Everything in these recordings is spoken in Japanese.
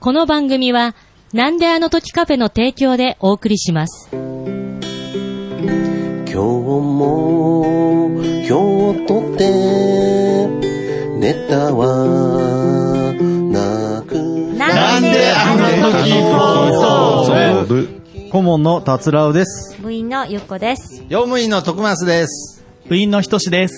この番組はなんであの時カフェの提供でお送りします。 今日とってネタはなくなんであの時放送顧問の達郎です。 部員のゆっこです。 用務員の徳増です。 部員のひとしです。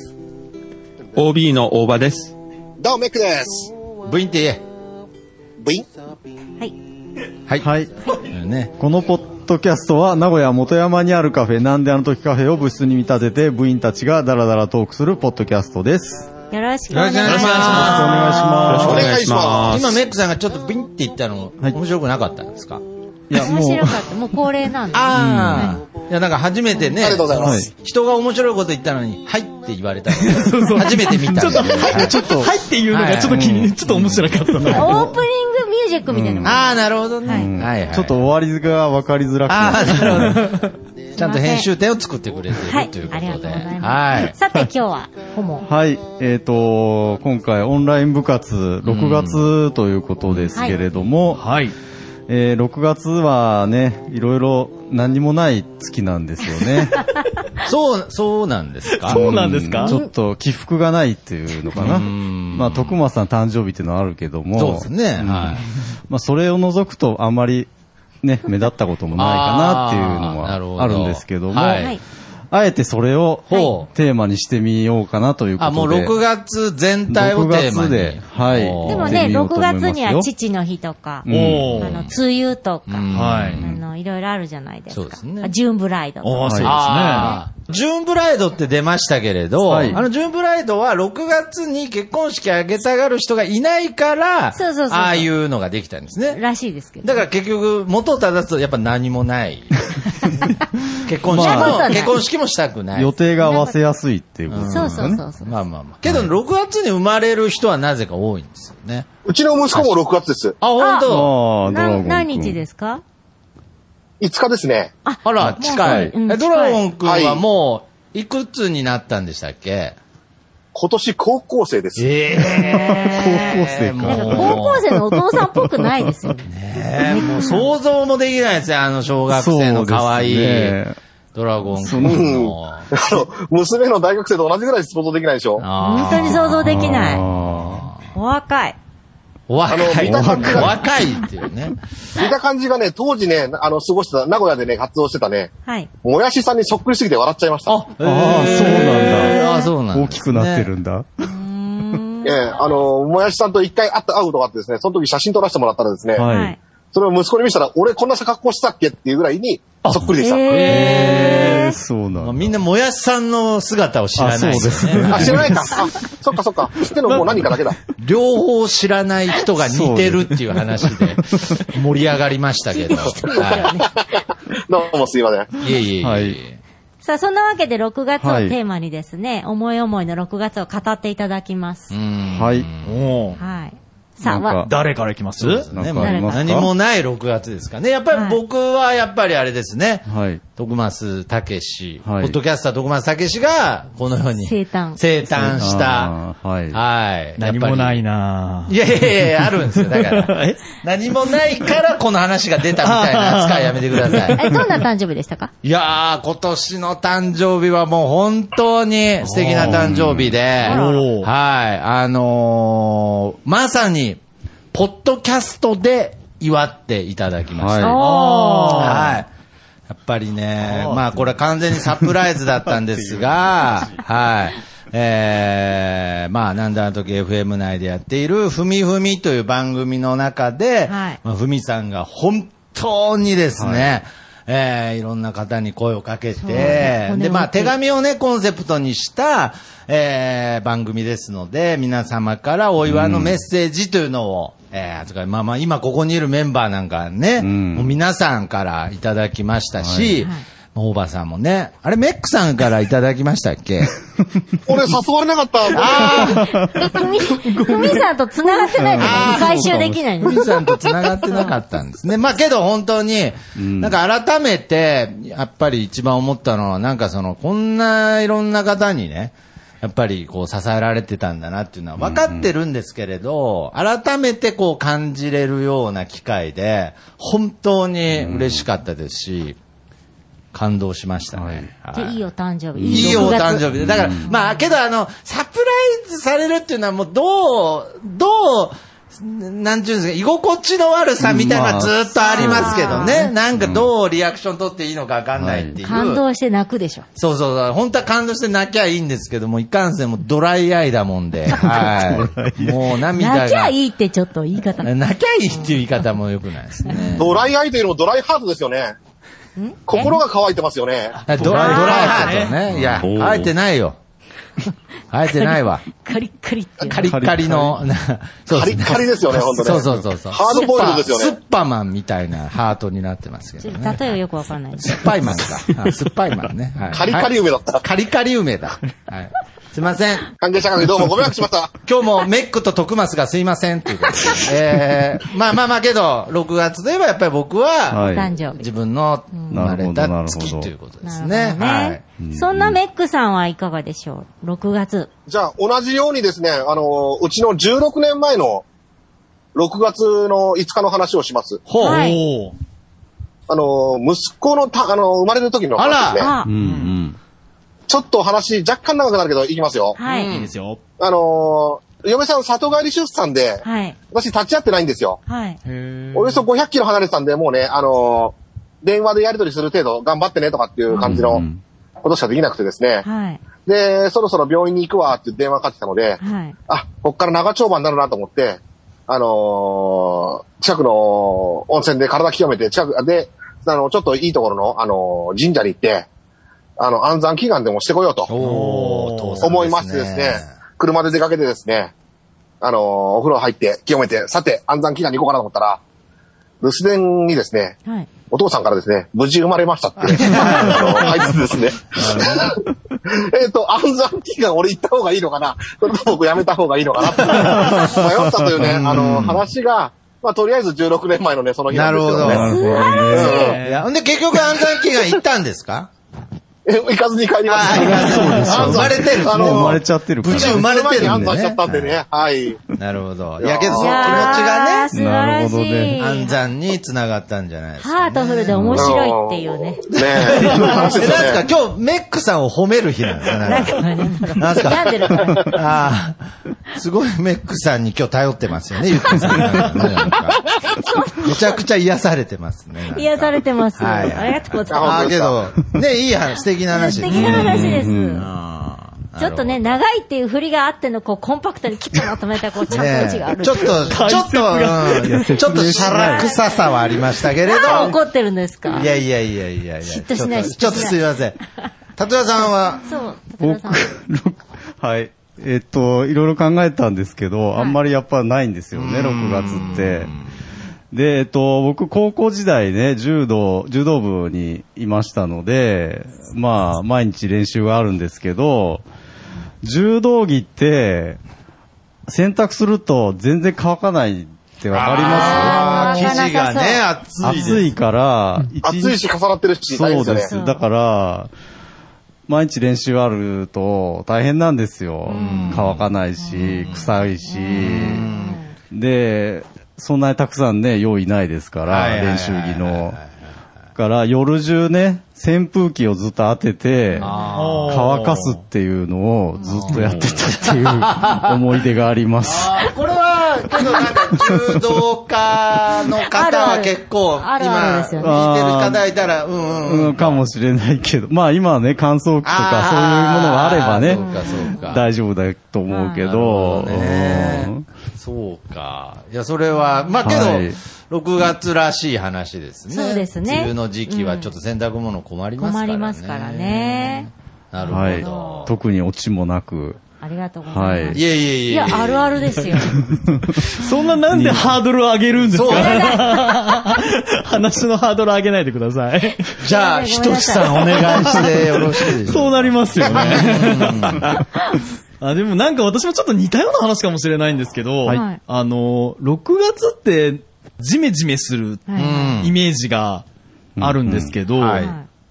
OB の大場です。 どうもメックです。 部員って言え。 部員。 はいはい、 ね、 このポッドキャストは名古屋元山にあるカフェなんであの時カフェを部室に見立てて部員たちがダラダラトークするポッドキャストです。 よろしくお願いします。 よろしくお願いします。 お願いします。 今メックさんがちょっとビンって言ったの、はい、面白くなかったんですか？ いや、 面白かった。もう恒例なんで。 ああ、いやなんか初めてね、 ありがとうございます。 人が面白いこと言ったのにはいって言われたの初めて見たんで。 ちょっとはいっていうのがちょっと気に、ちょっと面白かったな。 オープニングミュージックみたいな。 ああ、なるほどね。 はいはい、ちょっと終わりが分かりづらくて。 ああ、なるほど。ちゃんと編集点を作ってくれているということで。 ありがとうございます。さて今日は顧問。 はい、今回オンライン部活6月ということですけれども、 はい。 6月はね、いろいろ何もない月なんですよね。 そうなんですか？ そうなんですか？ ちょっと起伏がないっていうのかな。まあ、徳間さん誕生日っていうのはあるけども。 そうですね。はい。 まあ、それを除くとあんまりね、目立ったこともないかなっていうのはあるんですけども。あえてそれをテーマにしてみようかなということで。 もう6月全体をテーマに。6月で、 はい。 でもね、6月には父の日とか、梅雨とか、いろいろあるじゃないですか。そうですね。ジューンブライドとか。 そうですね。ジューンブライドって出ましたけれど、ジューンブライドは6月に結婚式あげたがる人がいないから、ああいうのができたんですね。 らしいですけど。 だから結局、元を正すとやっぱ何もない。結婚式もしたくない。 予定が合わせやすいっていうことですね。 そう。 まあ。けど6月に生まれる人はなぜか多いんですよね。 うちの息子も6月です。 あ、本当。 何日ですか ？5日ですね。 あら、近い。ドラゴン君はもう、いくつになったんでしたっけ？ 今年高校生です。 高校生か。 高校生のお父さんっぽくないですよね。もう想像もできないですよ、小学生の可愛いドラゴン君の。 娘の大学生と同じぐらい想像できないでしょ？ 本当に想像できない。お若い。 お若いっていうね。 見た感じがね、当時ね、過ごした、名古屋でね、活動してたね、もやしさんにそっくりすぎて笑っちゃいました。 そうなんだ。 そうなんだ。 大きくなってるんだ。 もやしさんと一回会うことがあってですね、その時写真撮らせてもらったらですね、それを息子に見せたら、俺こんな格好したっけっていうぐらいに、そっくりでした。 そうなんだ。 みんなもやしさんの姿を知らないですね。 知らないか。そっか。知ってるのもう何かだけだ。 両方知らない人が似てるっていう話で盛り上がりましたけど。どうもすいません。 いえ。 さあ、そんなわけで6月をテーマにですね、思い思いの6月を語っていただきます。 はい。 さあ、 誰からいきます？ 何もない6月ですかね。やっぱり僕はあれですね。徳増武史、ポッドキャスター徳増武史がこのように生誕した。 何もないな。 いや、あるんですよ。だから。何もないからこの話が出たみたいな扱いやめてください。 どんな誕生日でしたか？ いやー、今年の誕生日はもう本当に素敵な誕生日で、まさに、ポッドキャストで祝っていただきました。やっぱりね、まあこれ完全にサプライズだったんですが、まあなんであの時 FM 内でやっているふみふみという番組の中で、ふみさんが本当にですね、いろんな方に声をかけて、で、まあ手紙をね、コンセプトにした、番組ですので、皆様からお祝いのメッセージというのを、まあ今ここにいるメンバーなんかね、もう皆さんからいただきましたし、大場さんもね、あれメックさんからいただきましたっけ？ 俺誘われなかった。 ふみさんと繋がってないから回収できないの。 ふみさんと繋がってなかったんですね。まあけど本当に、なんか改めて、やっぱり一番思ったのは、なんかこんないろんな方にね、 やっぱりこう支えられてたんだなっていうのは分かってるんですけれど、改めてこう感じれるような機会で、本当に嬉しかったですし、感動しましたね。 いいお誕生日。 いいお誕生日で。だから、まあ、けどサプライズされるっていうのはもうなんていうんですか、居心地の悪さみたいなのはずっとありますけどね。なんかどうリアクション取っていいのか分かんないっていう。 感動して泣くでしょ。 そうそう。本当は感動して泣きゃいいんですけども、いかんせんもうドライアイだもんで。はい。もう涙が。 泣きゃいいってちょっと言い方。 泣きゃいいっていう言い方も良くないですね。 ドライアイというのもドライハートですよね。心が乾いてますよね。 ドライハートね。いや、乾いてないよ。生えてないわ。 カリッカリって。 カリッカリの、 カリッカリですよね、本当ね。 そう。 ハードボイルドですよね。 スッパマンみたいなハートになってますけどね。 例えばよくわかんない。 スッパイマンか。スッパイマンね。 カリカリ梅だった。 カリカリ梅だ。はい。すいません。 関係者関係どうもご迷惑しました。 今日もメックと徳マスがすいませんっていうことで。まあけど、6月といえばやっぱり僕は、自分の生まれた月ということですね。はい。 そんなメックさんはいかがでしょう ?6 月。 じゃあ、同じようにですね、うちの16年前の6月の5日の話をします。 はい。 息子の生まれる時の話ですね。ちょっとお話、若干長くなるけど、いきますよ。 はい。 いいですよ。 嫁さん里帰り出産で、 はい。 私立ち会ってないんですよ。 はい。 およそ500キロ離れてたんで、もうね、電話でやり取りする程度頑張ってねとかっていう感じのことしかできなくてですね。 はい。 で、そろそろ病院に行くわって電話かかってきたので、 はい。 こっから長丁場になるなと思って、近くの温泉で体清めて、近くで、ちょっといいところの、神社に行って、安産祈願でもしてこようと思いましてですね、車で出かけてですね、お風呂入って清めて、さて安産祈願に行こうかなと思ったら、留守電にですね、 はい、 お父さんからですね、無事生まれましたって、入ってですね。安産祈願俺行った方がいいのかな、それと僕やめた方がいいのかなって迷ったというね、話が、まあ、とりあえず16年前のね、その日なんですよね。 なるほど。いや、んで結局安産祈願行ったんですか？ 行かずに帰りました。 生まれてる。 もう生まれちゃってるから。 無事生まれてるんでね。 安産しちゃったんでね。はい。 なるほど。いやけどその気持ちがね、 なるほどね。 安産に繋がったんじゃないですか。 ハートフルで面白いっていうね。 ねえ。 なんですか今日メックさんを褒める日なんですか？なんすか？ 病んでるから。 すごいメックさんに今日頼ってますよね、ゆっくりさん。めちゃくちゃ癒されてますね。 癒されてます。ありがとうございます。 けど、ね、いい話、素敵な話です。 素敵な話です。ちょっとね、長いっていう振りがあっての、こう、コンパクトにキュッとまとめた、こう、ちゃんと字がある。 ちょっと、シャラ臭さはありましたけれど。 怒ってるんですか？ いや。 嫉妬しない。 ちょっとすいません。立岩さんは？ そう、 僕、はい。いろいろ考えたんですけど、あんまりやっぱないんですよね、6月って。で、僕、高校時代ね、柔道部にいましたので、まあ、毎日練習があるんですけど、柔道着って、洗濯すると全然乾かないってわかります？ 生地がね、 暑いから、 暑いし重なってるし、 そうです。だから、毎日練習あると大変なんですよ。乾かないし、臭いし。で、そんなにたくさんね、用意ないですから、練習着の。から夜中ね、扇風機をずっと当てて、乾かすっていうのをずっとやってたっていう思い出があります。 これは、けどなんか柔道家の方は結構、今、聞いてる方いたら、 かもしれないけど、まあ今はね、乾燥機とかそういうものがあればね、大丈夫だと思うけど、 そうか。いや、それは、まあけど、6月らしい話ですね。 そうですね。 梅雨の時期はちょっと洗濯物困りますからね。 困りますからね。 なるほど。 特にオチもなく。 ありがとうございます。 いや、 あるあるですよ。 そんななんでハードルを上げるんですか？話のハードル上げないでください。 じゃあ、ひとしさんお願いしてよろしいですか？ そうなりますよね。でもなんか私もちょっと似たような話かもしれないんですけど、6月ってジメジメするイメージがあるんですけど、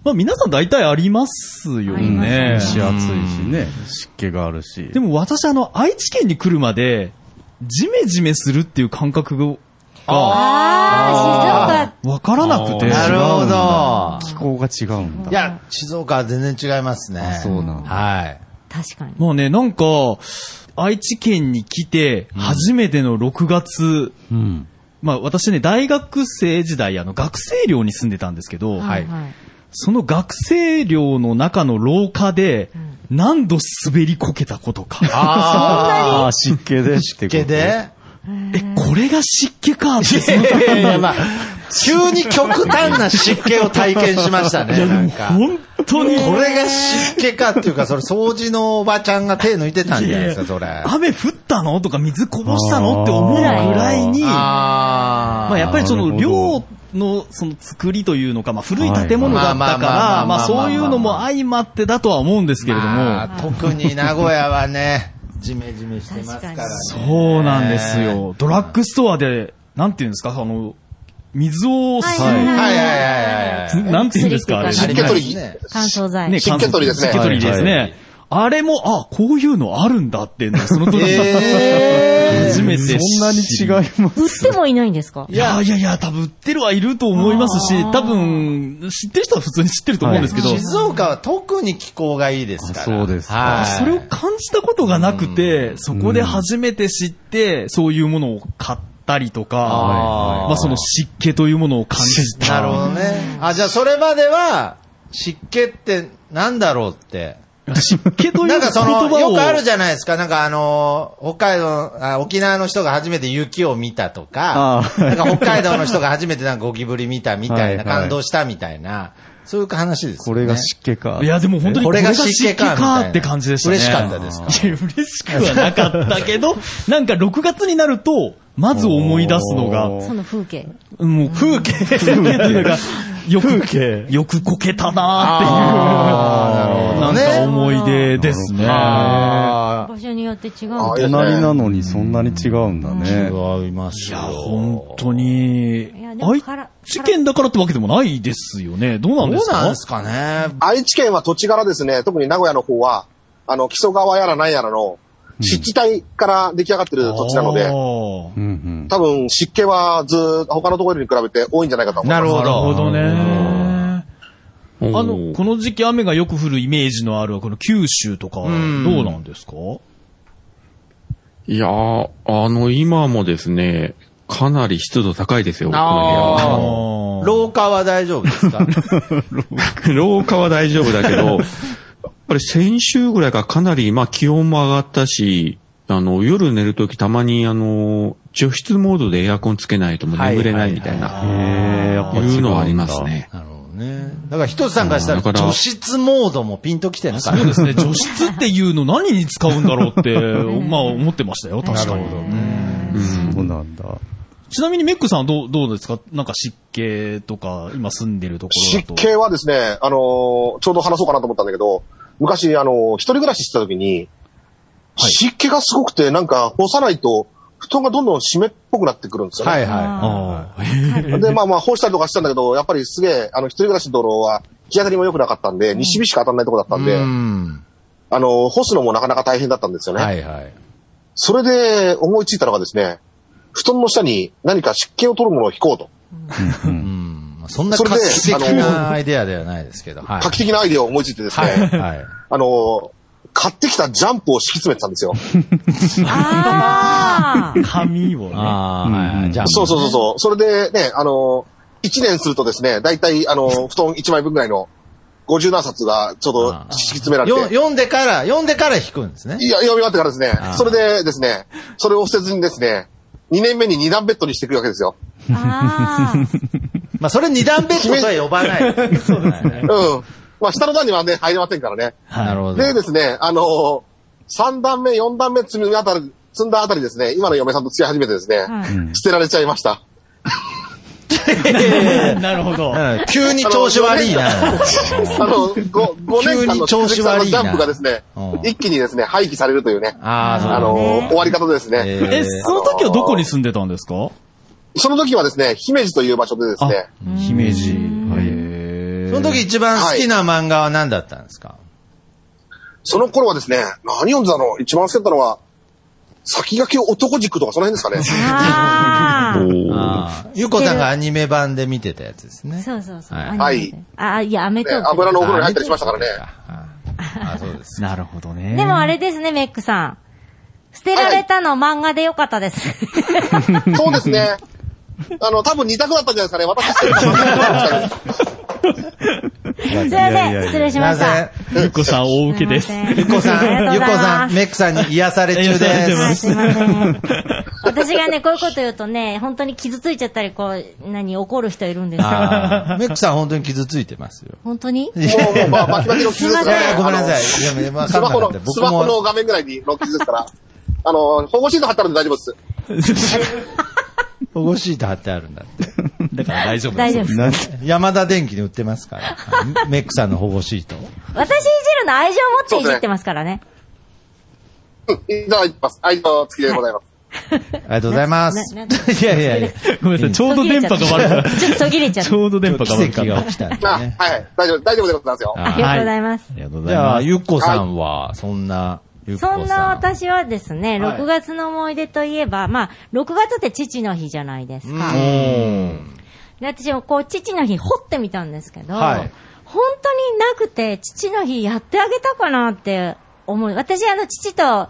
まあ皆さん大体ありますよね。 蒸し暑いしね、湿気があるし。 でも私愛知県に来るまで、ジメジメするっていう感覚が、 静岡。 わからなくて。 なるほど。 気候が違うんだ。 いや、静岡は全然違いますね。 そうなんだ。 はい。 確かに。 まあね、なんか、愛知県に来て、初めての6月、まあ私ね、大学生時代、学生寮に住んでたんですけど、はい。その学生寮の中の廊下で、何度滑りこけたことか。 ああ、湿気で湿気でこれが湿気かって。 急に極端な湿気を体験しましたね。なんか本当に。 これが湿気かっていうか、それ掃除のおばちゃんが手抜いてたんじゃないですか、それ。 雨降ったのとか水こぼしたのって思うぐらいに、まあやっぱりその寮のその作りというのか、まあ古い建物だったから、まあそういうのも相まってだとは思うんですけれども。 特に名古屋はね、ジメジメしてますからね。 そうなんですよ。ドラッグストアで、なんていうんですか、水を吸う。なんていうんですか、あれ。 湿気取り。 乾燥剤。 ね、湿気取りですね。 湿気取りですね。あれも、こういうのあるんだっていうのその時初めて。 そんなに違います。 売ってもいないんですか？ いや、多分売ってるはいると思いますし、多分、知ってる人は普通に知ってると思うんですけど。 静岡は特に気候がいいですから。 そうです。 それを感じたことがなくて、そこで初めて知って、そういうものを買ったりとか、まあその湿気というものを感じた。 なるほどね。じゃあそれまでは、湿気ってなんだろうって。 湿気という言葉を。 なんかよくあるじゃないですか。なんか北海道、沖縄の人が初めて雪を見たとか、なんか北海道の人が初めてなんかゴキブリ見たみたいな、感動したみたいな、そういう話ですよね。 これが湿気か。 いや、でも本当にこれが湿気かって感じでしたね。 嬉しかったですか？ いや、嬉しくはなかったけど、なんか6月になると、まず思い出すのが、 その風景。 もう風景というか、よくこけたなーっていう、なんか思い出ですね。 場所によって違うんだ。 隣なのにそんなに違うんだね。 違いますよ。 いや、本当に、愛知県だからってわけでもないですよね。どうなんですか？ どうなんですかね。 愛知県は土地柄ですね、特に名古屋の方は、木曽川やら何やらの、湿地帯から出来上がってる土地なので、多分湿気は他のところに比べて多いんじゃないかと思います。 なるほどね。この時期雨がよく降るイメージのあるこの九州とかどうなんですか？ いや今もですね、かなり湿度高いですよ、この部屋。廊下は大丈夫ですか？ 廊下は大丈夫だけど、やっぱり先週ぐらいからかなり、気温も上がったし、夜寝るときたまに除湿モードでエアコンつけないともう眠れないみたいな、いうのはありますね。 なるほどね。だから一つさんがしたら除湿モードもピンときてるんですか？ そうですね。除湿っていうの何に使うんだろうって、思ってましたよ、確かに。 そうなんだ。 ちなみにメックさんはどうですか？なんか湿気とか、今住んでるところだと。 湿気はですね、ちょうど話そうかなと思ったんだけど、昔、一人暮らししてた時に、湿気がすごくて、なんか、干さないと、布団がどんどん湿っぽくなってくるんですよね。で、干したりとかしてたんだけど、やっぱりすげえ、一人暮らしの道路は、日当たりも良くなかったんで、西日しか当たらないところだったんで、干すのもなかなか大変だったんですよね。それで思いついたのがですね、布団の下に何か湿気を取るものを引こうと。 そんな画期的なアイデアではないですけど。 画期的なアイデアを思いついてですね、買ってきたジャンプを敷き詰めてたんですよ。 紙をね。 そう。それでね、1年するとですね、だいたい布団1枚分ぐらいの50何冊がちょうど敷き詰められて。 読んでから引くんですね。 いや、読み終わってからですね。それでですね、それを捨てずにですね、2年目に2段ベッドにしていくわけですよ。 それ2段ベッドとは呼ばない。そうですね。 下の段にはね、入れませんからね。 なるほど。 でですね、3段目、4段目積んだあたりですね、今の嫁さんと付き合い始めてですね、捨てられちゃいました。 なるほど。 急に調子悪いな。 5年間のジャンプがですね、一気にですね、廃棄されるというね、終わり方ですね。 その時はどこに住んでたんですか？ その時はですね、姫路という場所でですね。 姫路。 の時一番好きな漫画は何だったんですか？ その頃はですね、何読んでたの？一番好きだったのは、先駆け男軸とかその辺ですかね。 ゆっこさんがアニメ版で見てたやつですね。 そうそうそう。 はい。 いや、アメトーク。 油のお風呂に入ったりしましたからね。 そうです。 なるほどね。 でもあれですね、メックさん。捨てられたの漫画でよかったです。 そうですね。多分2択だったんじゃないですかね。私捨てるかもしれない。 すいません、失礼しました。 ゆっこさん大受けです。 ゆっこさん、メックさんに癒され中です。 すいません。私がね、こういうこと言うとね、本当に傷ついちゃったり、怒る人いるんですよ。 メックさん本当に傷ついてますよ。 本当に？ もう、バキバキの傷ですから。 ごめんなさい。 スマホの画面ぐらいの傷ですから。保護シート貼ってあるんで大丈夫です。 保護シート貼ってあるんだって。 だから大丈夫です。 大丈夫です。 山田電機に売ってますから。メックさんの保護シート。 私いじるの愛情持っていじってますからね。 いただきます。愛情付きでございます。 ありがとうございます。いや。 ごめんなさい。ちょうど電波が悪かった。 ちょっと途切れちゃった。 ちょうど電波が悪かった。 奇跡が起きたんでね。 はい。大丈夫でございますよ。 ありがとうございます。 ありがとうございます。 じゃあ、ゆっこさんは、そんな私はですね、6月の思い出といえば、6月って父の日じゃないですか。で、私も父の日掘ってみたんですけど、本当になくて、父の日やってあげたかなって思う。私、父が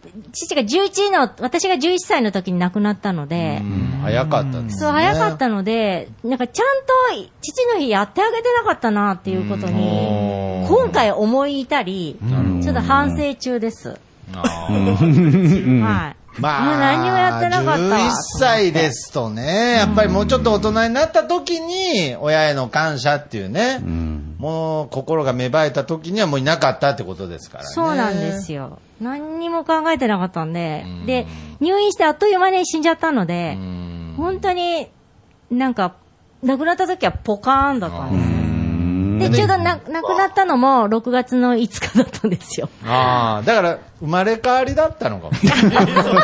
私が11歳の時に亡くなったので、 早かったですね。 そう、早かったので、ちゃんと父の日やってあげてなかったなっていうことに、今回思い至り、ちょっと反省中です。はい。もう何にもやってなかった。 11歳ですとね、やっぱりもうちょっと大人になった時に、親への感謝っていうね、もう心が芽生えた時にはもういなかったってことですからね。 そうなんですよ。何にも考えてなかったんで、で、入院してあっという間に死んじゃったので、本当に亡くなった時はポカーンだったんですね。で、ちょうど亡くなったのも6月の5日だったんですよ。 だから生まれ変わりだったのかもしれない。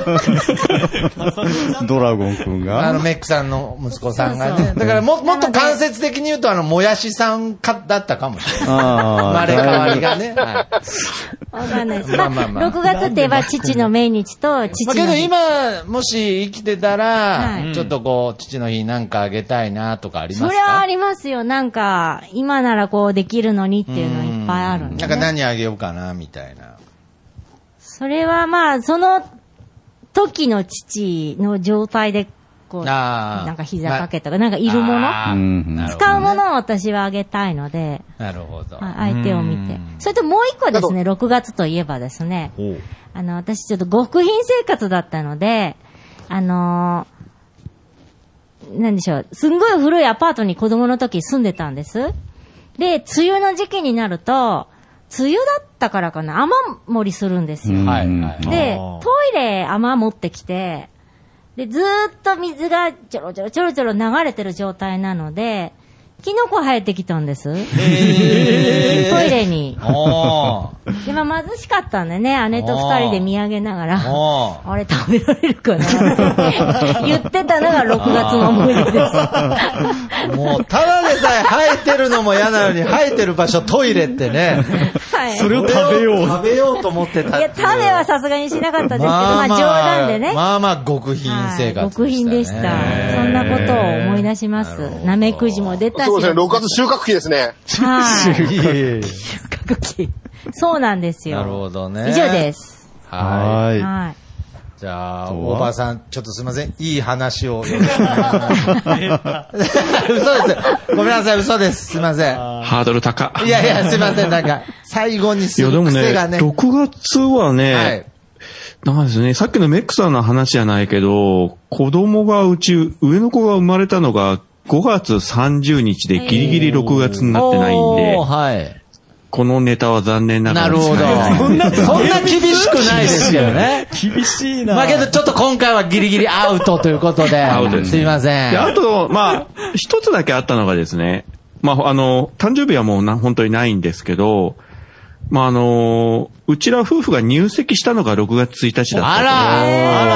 ドラゴンくんがメックさんの息子さんがね。だからもっと間接的に言うともやしさんだったかもしれない。生まれ変わりがね。 わかんないです。6月って言えば父の命日と父の日。 けど今、もし生きてたら、ちょっと父の日なんかあげたいなとかありますか？ それはありますよ。今ならできるのにっていうのいっぱいあるんで、ね。 何あげようかな、みたいな。 それはその時の父の状態で、膝掛けとか、いるもの、使うものを私はあげたいので、 なるほど。 相手を見て。それともう一個ですね、6月といえばですね、私ちょっと極貧生活だったので、なんでしょう、すんごい古いアパートに子供の時住んでたんです。で、梅雨の時期になると、梅雨だったからかな、雨漏りするんですよ。で、トイレ雨持ってきて、で、ずーっと水がちょろちょろ流れてる状態なので、キノコ生えてきたんです。トイレに。で、貧しかったんでね、姉と二人で見上げながら、あれ食べられるかなって言ってたのが6月の思い出です。 もう、ただでさえ生えてるのも嫌なのに、生えてる場所トイレってね。 それを食べようと思ってた。 いや、食べはさすがにしなかったですけど、冗談でね。 極貧生活。 極貧でした。そんなことを思い出します。なめくじも出たし。 そうですね、6月収穫期ですね。 はい。収穫期。そうなんですよ。 なるほどね。 以上です。 はい。じゃあ、おばさん、ちょっとすみません。いい話をよろしくお願いします。嘘です。ごめんなさい、嘘です。すみません。 ハードル高。 いや、すみません。最後にする癖がね。 いや、でもね、6月はね、なんですね、さっきのメックさんの話じゃないけど、子供が上の子が生まれたのが5月30日でギリギリ6月になってないんで、このネタは残念ながら。 なるほど。そんな厳しくないですよね。 厳しいな。 けどちょっと今回はギリギリアウトということで。アウトです。すいません。 で、あと、一つだけあったのがですね、誕生日はもう本当にないんですけど、うちら夫婦が入籍したのが6月1日だった。 あ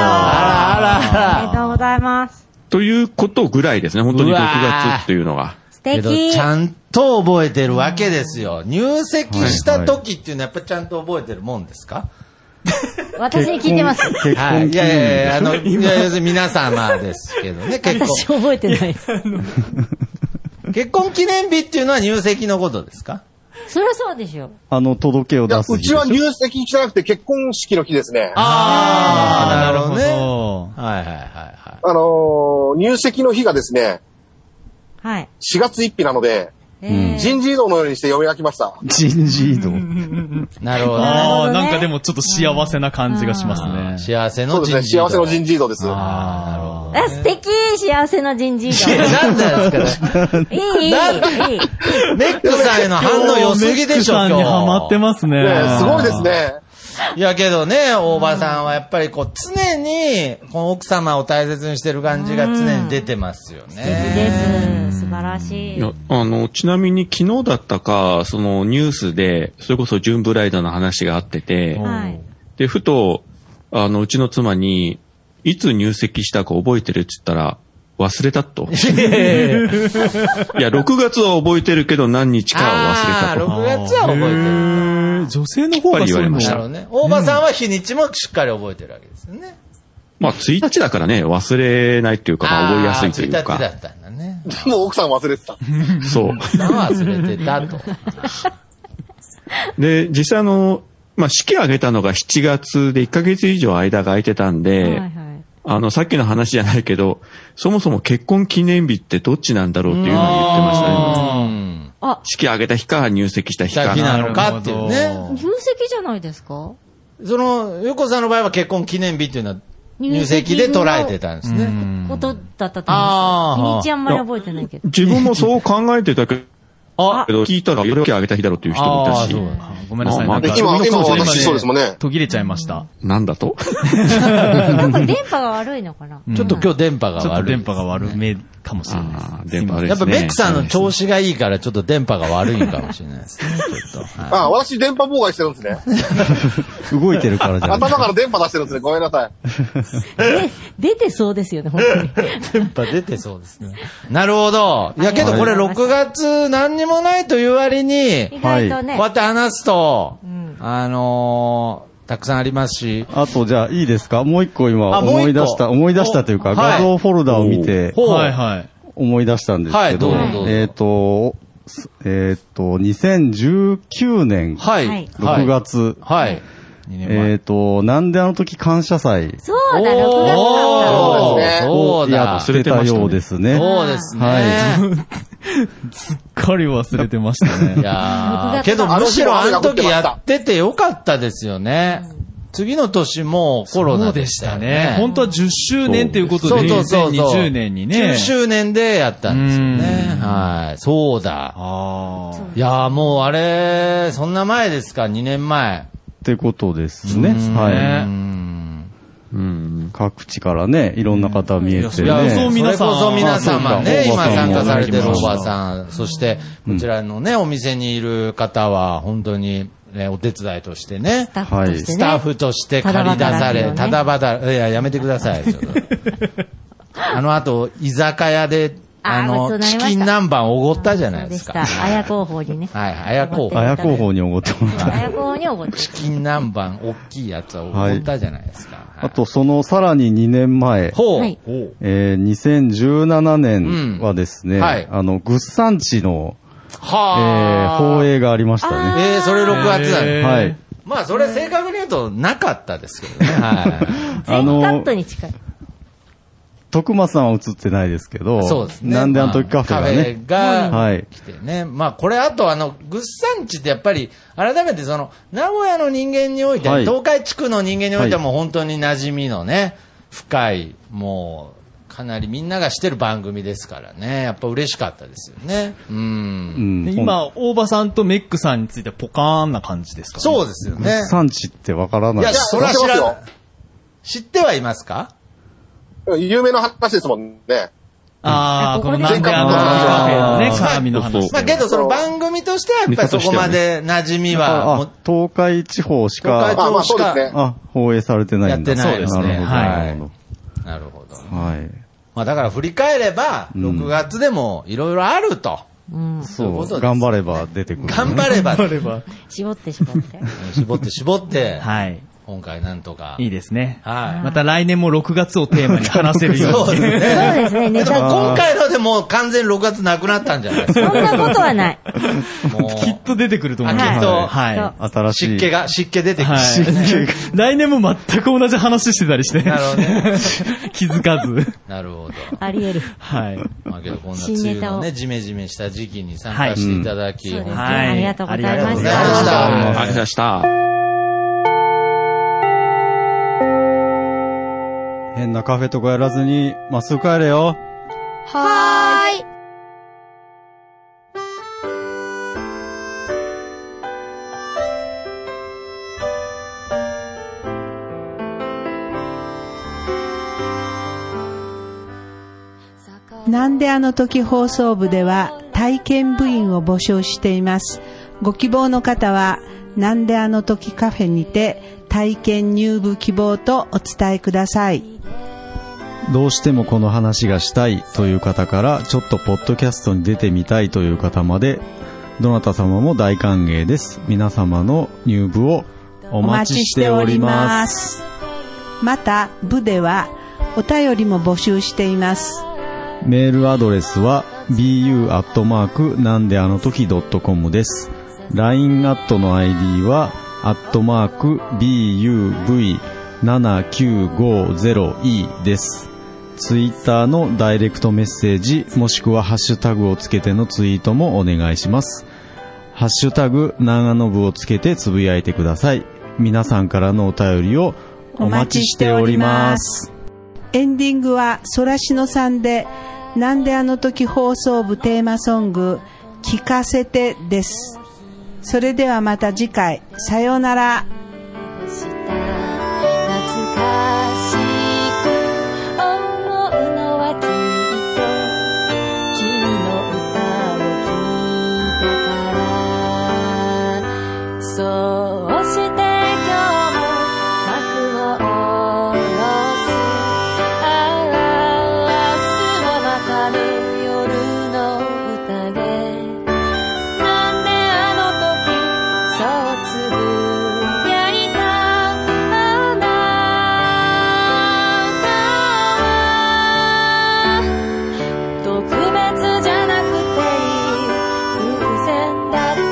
りがとうございます。 ということぐらいですね、本当に6月っていうのが。 素素敵。 けど、ちゃんと覚えてるわけですよ。入籍した時っていうのはやっぱりちゃんと覚えてるもんですか？ 私に聞いてます。 結婚いや、要するに皆様ですけどね、 私覚えてない。 結婚記念日っていうのは入籍のことですか？ そりゃそうでしょ。 届けを出す日。 うちは入籍じゃなくて結婚式の日ですね。 なるほどね。はい。 入籍の日がですね、 はい。 4月1日なので、人事異動のようにして読み書きました。 人事異動。 なるほどね。 なんかでもちょっと幸せな感じがしますね。 幸せの人事異動。 そうですね、幸せの人事異動です。 なるほど。 素敵幸せの人事異動。 なんだですかいい。 メックさんへの反応良すぎでしょ、今日。 メックさんにハマってますね。 すごいですね。 いやけどね、大場さんはやっぱりこう常にこの奥様を大切にしてる感じが常に出てますよね。 素敵です。素晴らしい。 いやちなみに昨日だったか、そのニュースで、それこそジューンブライドの話があってて、 はい。 で、ふと、うちの妻に、いつ入籍したか覚えてるって言ったら、忘れたと。いや、6月は覚えてるけど何日かは忘れたと。 6月は覚えてる。 女性の方が言われました。 ね。大場さんは日にちもしっかり覚えてるわけですよね。 まあ、1日だからね、忘れないっていうか、まあ、覚えやすいというか。 1日だったんだね。 もう奥さん忘れてた。 そう。 忘れてたと。 で、実際まあ、式挙げたのが7月で1ヶ月以上間が空いてたんで、はいはい、さっきの話じゃないけど、そもそも結婚記念日ってどっちなんだろうっていうのを言ってましたね。式挙げた日か入籍した日かなのかっていうね。 入籍じゃないですか？ ゆこさんの場合は結婚記念日っていうのは入籍で捉えてたんですね。 ことだったと思うんですよ。日にちあんまり覚えてないけど。 自分もそう考えてたけど、聞いたら、よろきあげた日だろうっていう人もいたし。 ごめんなさい。なんか今私そうですもんね。 途切れちゃいました。 なんだとなんか電波が悪いのかな？ ちょっと今日電波が悪い。 ちょっと電波が悪めかもしれないです。 電波悪いですね。 やっぱメックさんの調子がいいからちょっと電波が悪いかもしれないですね。ちょっと。 私電波妨害してるんですね。 動いてるからじゃ頭から電波出してるんですね。ごめんなさい。 出てそうですよね、本当に。 電波出てそうですね。なるほど。いやけどこれ6月何にもないという割に、 意外とね。 こうやって話すと、たくさんありますし。 あと、じゃあ、いいですか？もう一個今、思い出したというか、画像フォルダを見て、思い出したんですけど、2019年6月、なんであの時感謝祭。 そうだ、6月だった。 そうだ。 やってたようですね。 そうですね。 すっかり忘れてましたね。 いやけどむしろあの時やっててよかったですよね。次の年もコロナでしたね。 本当は10周年ということで、2020年にね。 10周年でやったんですよね。はい。そうだ。いやもうあれ、そんな前ですか、2年前。 ってことですね。はい。各地からね、いろんな方見えてね。 いや、それこそ皆様ね、今参加されてるおばさん、そしてこちらのね、お店にいる方は本当にお手伝いとしてね、スタッフとして借り出され、ただばだ、いや、やめてください。あと、居酒屋で、チキン南蛮おごったじゃないですか。 綾候補にね。 はい、綾候補。 綾候補におごってもらった。 綾候補におごって。 チキン南蛮、大きいやつはおごったじゃないですか。 あと、そのさらに2年前。2017年はですね、グッサンチの、放映がありましたね。 それ6月だね。 はい。 まあ、それ正確に言うとなかったですけどね。はい。 全カットに近い。 徳松さんは映ってないですけど、 そうですね。 なんであの時カフェがね。 来てね。まあ、これあとグッサンチってやっぱり、改めて名古屋の人間において、東海地区の人間においても本当に馴染みのね、深い、もう、かなりみんなが知ってる番組ですからね。やっぱ嬉しかったですよね。 今、大場さんとメックさんについてポカーンな感じですかね。 そうですよね。 グッサンチってわからない。 いや、それは知ってはいますか？ 有名な話ですもんね。 このなんであのカフェのね、鏡の話。 まあけどその番組としてはやっぱりそこまで馴染みは。 東海地方しか、放映されてないんだ。 やってないですね。 なるほど。 はい。まあだから振り返れば、6月でもいろいろあると。 そう、頑張れば出てくる、ね。 頑張れば。 絞って絞って。 絞って。 はい。 今回なんとか。 いいですね。 はい。 また来年も6月をテーマに話せるように。 そうですね。 そうですね。 でも今回のでもう完全に6月なくなったんじゃないですか。 そんなことはない。 きっと出てくると思います。 きっと。 はい。 新しい。 湿気出てくる。 来年も全く同じ話してたりして。 なるほどね。 気づかず。 なるほど。 あり得る。 はい。まあけどこんな梅雨のね、ジメジメした時期に参加していただき、 本当にありがとうございました。 ありがとうございました。 変なカフェとかやらずに、まっすぐ帰れよ。 はーい。 なんであの時放送部では体験部員を募集しています。ご希望の方は、なんであの時カフェにて体験入部希望とお伝えください。 どうしてもこの話がしたいという方から、ちょっとポッドキャストに出てみたいという方まで、どなた様も大歓迎です。皆様の入部をお待ちしております。 また部ではお便りも募集しています。 メールアドレスは bu@ なんであの時 .com です。 LINE アットの ID は@buv7950e です。ツイッターのダイレクトメッセージもしくはハッシュタグをつけてのツイートもお願いします。ハッシュタグ長野部をつけてつぶやいてください。皆さんからのお便りをお待ちしております。 エンディングはソラシノさんでなんであの時放送部テーマソング聞かせてです。それではまた次回、さようなら。 特別じゃなくていい偶然だって